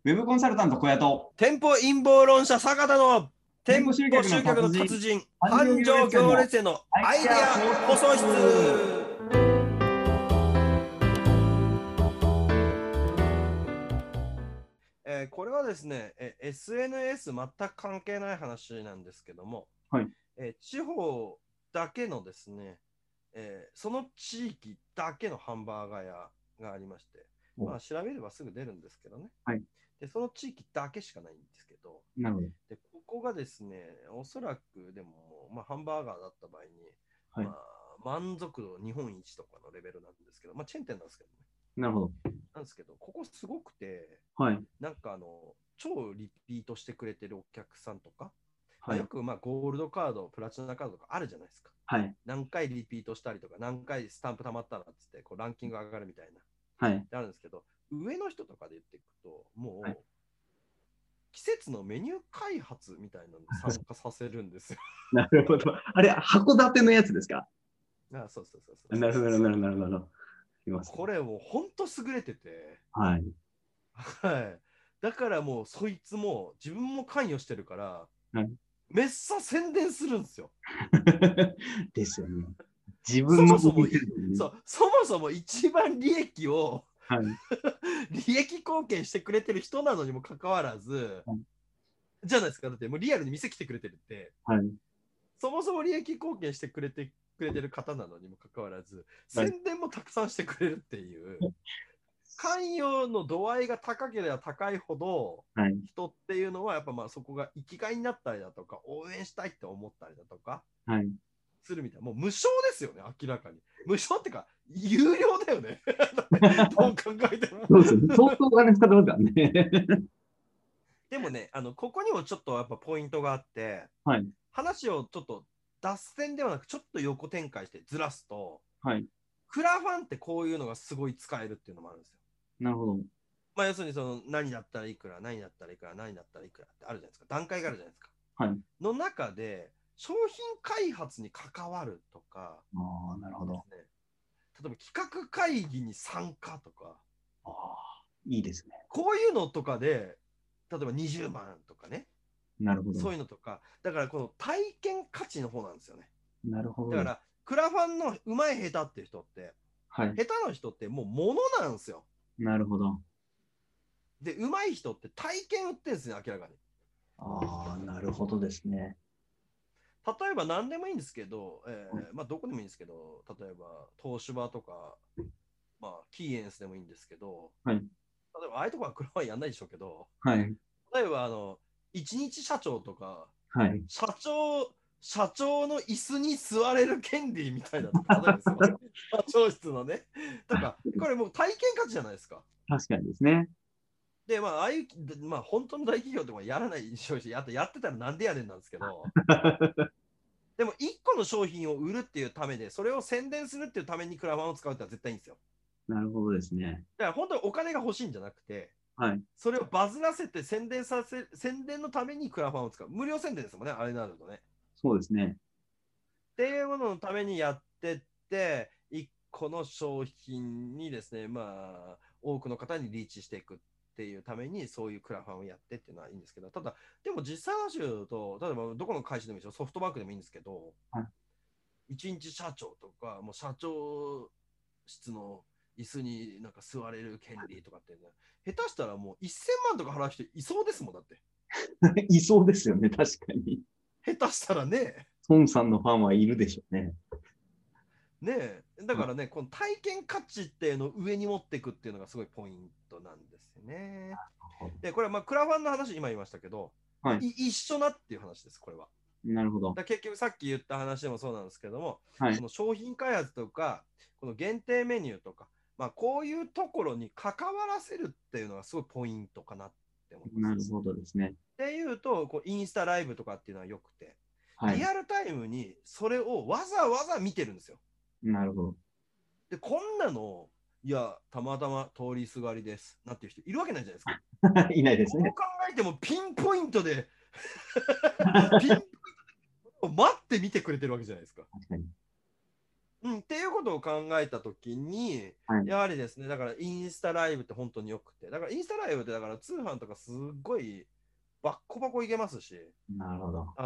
ウェブコンサルタント小屋と店舗陰謀論者坂田の店舗集集客客のの達人達人繁盛行列へのアイデア放送室。これはですね、SNS 全く関係ない話なんですけども、 はい。 地方だけのですね、その地域だけのハンバーガー屋がありまして、まあ、調べればすぐ出るんですけどね、 はい。 でその地域だけしかないんですけど、 なるほど。 でここがですね、おそらくでも、まあ、ハンバーガーだった場合に、 はい。 まあ、満足度日本一とかのレベルなんですけど、まあ、チェーン店なんですけどね。 なるほど。 なんですけど、ここすごくて、 はい。 なんか超リピートしてくれてるお客さんとか、まあ、 はい。 よくまあゴールドカード、プラチナカードとかあるじゃないですか。 はい。 何回リピートしたりとか、何回スタンプ溜まったらっつってこうランキング上がるみたいな、 はい。 ってあるんですけど、上の人とかで言っていくと、もう、 はい季節のメニュー開発みたいなのに参加させるんですよ。 なるほど。あれ、函館のやつですか？ あ、そうそうそうそう。 なるほど、なるほど、なるほど。います。 これもう本当優れてて、 はい。 はい。だからもうそいつも自分も関与してるから、 はい。 めっさ宣伝するんですよ。 ですよね。自そ分のもそも店でね。 そもそも一番利益をはい。 利益貢献してくれてる人なのにもかかわらず、 はいじゃないですか。だってもうリアルに店来てくれてるって、 はい。 そもそも利益貢献してくれてる方なのにもかかわらず、 はい。 宣伝もたくさんしてくれるっていう、関与の度合いが高ければ高いほど、 はい。 人っていうのはやっぱまあそこが生きがいになったりだとか、応援したいって思ったりだとかはい。 するみたいな。もう無償ですよね、明らかに。無償ってか、有料だよね。だってどう考えても。 そうですよね。相当お金使ってますからね。 でもね、ここにもちょっとやっぱポイントがあって、 はい。話話をちょっと脱線ではなくちょっと横展開してずらすと、 はい。 クラファンってこういうのがすごい使えるっていうのもあるんですよ。 なるほど。 まあ、要するにその何だったらいくら、何だったらいくら、何だったらいくらってあるじゃないですか。段階があるじゃないですか。 はい。 の中で商品開発に関わるとか、 ああ、なるほど。 ね、例えば企画会議に参加とか、 ああ、いいですね。 こういうのとかで、例えば20万とかね、 なるほど。 そういうのとか、だからこの体験価値の方なんですよね。 なるほど。 だからクラファンのうまい下手っていう人って、 はい。 下手な人ってもう物なんですよ。 なるほど。 で、うまい人って体験売ってるんですね、明らかに。 ああ、なるほどですね。 例えば何でもいいんですけど、まあどこでもいいんですけど、例えば東芝とか、まあキーエンスでもいいんですけど、 はい。 例えばああいうとこはクラファンやんないでしょうけど、 はい。 例えば一日社長とか、 はい。 社長の椅子に座れる権利みたいなとか、例えばですよ。社長室のね。とか、これもう体験価値じゃないですか。 確かにですね。 で、まあ、ああいう、まあ、本当の大企業とかやらないでしょうし、やってたらなんでやねんなんですけど、でも、1個の商品を売るっていうためで、それを宣伝するっていうためにクラファンを使うってのは絶対いいんですよ。 なるほどですね。 だから、本当にお金が欲しいんじゃなくて、 はい。 それをバズらせて宣伝のためにクラファンを使う。無料宣伝ですもんね、あれになるとね。 そうですね。 っていうもののためにやってって、1個の商品にですね、まあ、多くの方にリーチしていくっていうために、そういうクラファンをやってっていうのはいいんですけど、ただ、でも実際の話を言うと、例えばどこの会社でもいいですよ、ソフトバンクでもいいんですけど、 はい。 一日社長とか、もう社長室の椅子になんか座れる権利とかって、ね、下手したらもう1000万とか払う人いそうですもん、だって。 いそうですよね。確かに。 下手したらね。 孫さんのファンはいるでしょうね。 ねえ、だからね、この体験価値っていうのを上に持っていくっていうのがすごいポイントなんですよね。で、これはまあクラファンの話今言いましたけど、まあ、 はい。 一緒なっていう話です、これは。 なるほど。 だ結局さっき言った話でもそうなんですけども、 はい。 この商品開発とか、この限定メニューとか、まあ、こういうところに関わらせるっていうのがすごいポイントかなって思います。 なるほどですね。 っていうと、こうインスタライブとかっていうのはよくて、 はい。 リアルタイムにそれをわざわざ見てるんですよ。 なるほど。 で、こんなの、いや、たまたま通りすがりです。なんていう人いるわけないじゃないですか。 いないですね。 どう考えてもピンポイントでピンポイントで待って見てくれてるわけじゃないですか。 確かに。 っていうことを考えたときに、 はい。 やはりですね、だからインスタライブって本当によくて、だからインスタライブってだから通販とかすっごいバッコバコいけますし、 なるほど。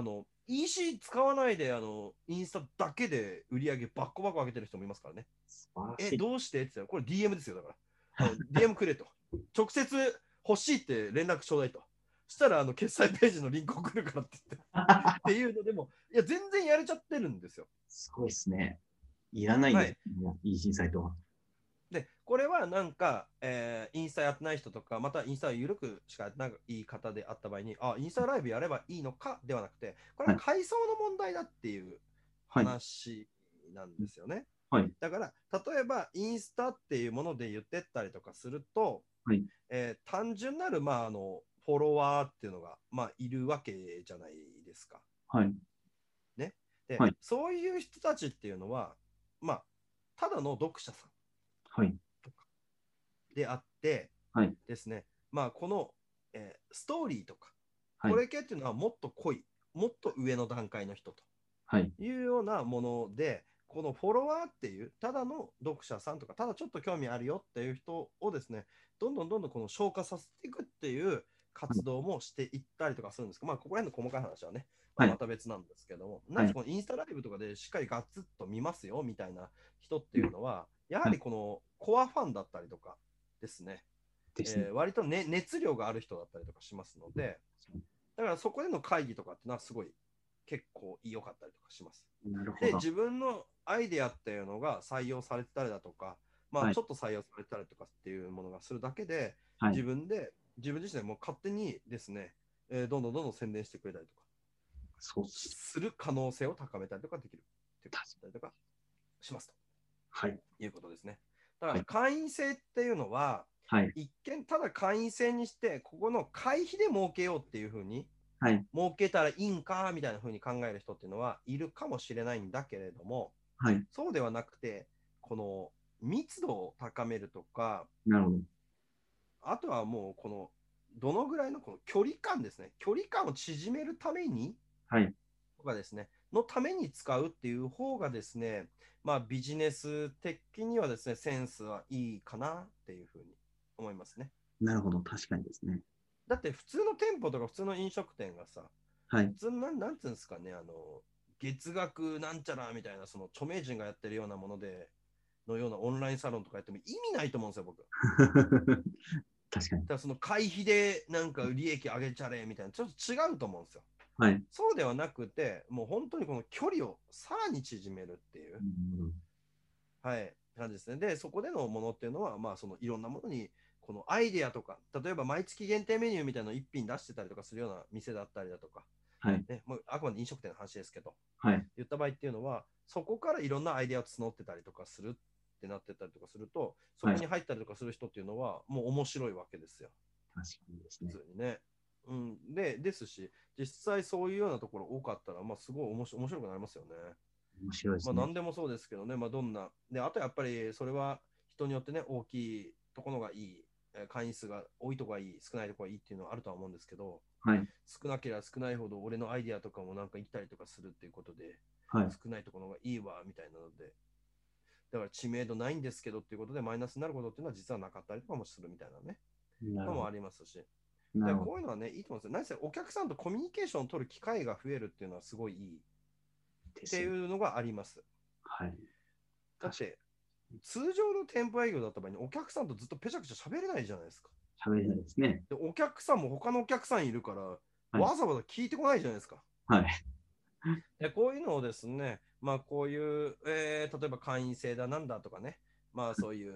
EC 使わないで、インスタだけで売り上げバッコバコ上げてる人もいますからね。 素晴らしい。 どうしてって言ったら、これ DM ですよ、だから。DM くれと。直接欲しいって連絡ちょうだいと。したら、決済ページのリンク送るからって言って。っていうのでも、いや、全然やれちゃってるんですよ。 すごいですね。いらないんはい。 ですね。EC サイトは。 で、これはなんか、インスタやってない人とか、またインスタを緩くしかやってない方であった場合に、インスタライブやればいいのかではなくて、これははい。 階層の問題だっていうはい。 話なんですよね。 はい。 だから、例えばインスタっていうもので言ってったりとかすると、 はい。 単純なる、フォロワーっていうのが、いるわけじゃないですか。 はい。 ね。で、 はい。 そういう人たちっていうのは、ただの読者さんはい。 であってはい。 ですね、この、ストーリーとか、 はい。 これ系っていうのはもっと濃い、もっと上の段階の人とはい。 いうようなもので、このフォロワーっていう、ただの読者さんとか、ただちょっと興味あるよっていう人をですね、どんどんどんどんこの消化させていくっていうはい。 活動もしていったりとかするんですけど、ここら辺の細かい話はね、 はい。 また別なんですけども、 はい。 何せこのインスタライブとかでしっかりガッツッと見ますよみたいな人っていうのは、やははい。 りこのコアファンだったりとかですね、 ですね。 割と、ね、熱量がある人だったりとかしますので、だからそこでの会議とかっていうのはすごい結構良かったりとかします。で、 なるほど。 自分のアイデアっていうのが採用されてたりだとか、 はい。 ちょっと採用されてたりとかっていうものがするだけで、 はい。 自分自身でもう勝手にですね、どんどんどんどん宣伝してくれたりとかそうっす。 する可能性を高めたりとかできるっていうことだったりとかしますはい。 ということですね。だかはい。 ら会員制っていうのは、 はい。 一見ただ会員制にして、ここの会費で儲けようっていうふうにはい。 儲けたらいいんかみたいな風に考える人っていうのはいるかもしれないんだけれども、 はい。 そうではなくて、この密度を高めるとか、 なるほど。 あとはもうこのどのぐらいのこの距離感ですね、距離感を縮めるためにはい。 とかですね、のために使うっていう方がですね、ビジネス的にはですね、センスはいいかなっていうふうに思いますね。 なるほど。確かにですね。 だって普通の店舗とか普通の飲食店がさ、 はい。 普通なんていうんですかね、月額なんちゃらみたいな、その著名人がやってるようなもので、のようなオンラインサロンとかやっても意味ないと思うんですよ、僕。だ確かに。 からその会費でなんか利益上げちゃれみたいな、ちょっと違うと思うんですよ。 はい。 そうではなくて、もう本当にこの距離をさらに縮めるっていう、 うん。 はい、感じですね。で、そこでのものっていうのは、そのいろんなものに、このアイデアとか、例えば毎月限定メニューみたいなのを一品出してたりとかするような店だったりだとか、 はい。 ね、もうあくまで飲食店の話ですけど、 はい。 言った場合っていうのは、そこからいろんなアイデアを募ってたりとかするってなってたりとかすると、そはい。 こに入ったりとかする人っていうのは、もう面白いわけですよ、 確かにですね。 普通にね。ですし、実際そういうようなところ多かったら、すごい面白くなりますよね。 面白いですね。 何でもそうですけどね、どんな。で、あとやっぱりそれは人によってね、大きいところがいい、会員数が多いところがいい、少ないところがいいっていうのはあるとは思うんですけど、 はい。 少なければ少ないほど俺のアイディアとかもなんか言ったりとかするっていうことで、 はい。 少ないところがいいわみたいなので、だから知名度ないんですけどっていうことでマイナスになることっていうのは実はなかったりとかもするみたいなね、のもなるほど。 ありますし。で、 なるほど。 こういうのはね、いいと思うんですよ。何せお客さんとコミュニケーションを取る機会が増えるっていうのはすごいいいってですよね。 いうのがあります。 はい。確かだって、通常の店舗営業だった場合にお客さんとずっとペチャクチャ喋れないじゃないですか。 に。喋れないですね。 で、お客さんも他のお客さんいるから、 はい。 わざわざ聞いてこないじゃないですか。 はい。 で、こういうのをですね、こういう、例えば会員制だなんだとかね、そういう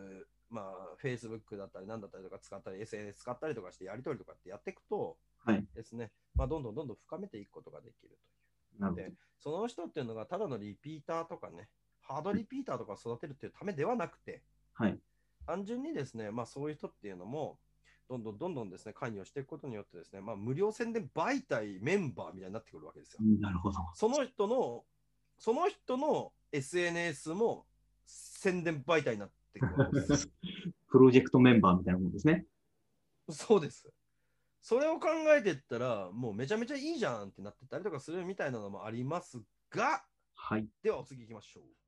、Facebook だったりなんだったりとか使ったり、SNS 使ったりとかしてやり取りとかってやっていくとはい。 ですね、どんどんどんどん深めていくことができるという。 なるほど。 で、その人っていうのがただのリピーターとかね、ハードリピーターとかを育てるっていうためではなくて、 はい。 単純にですね、そういう人っていうのも、どんどんどんどんですね、関与していくことによってですね、無料宣伝媒体メンバーみたいになってくるわけですよ。 なるほど。 その人の、その人の SNS も宣伝媒体になってくるわけです。 プロジェクトメンバーみたいなもんですね。 そうです。それを考えていったら、もうめちゃめちゃいいじゃんってなってたりとかするみたいなのもありますが、 はい。 ではお次行きましょう。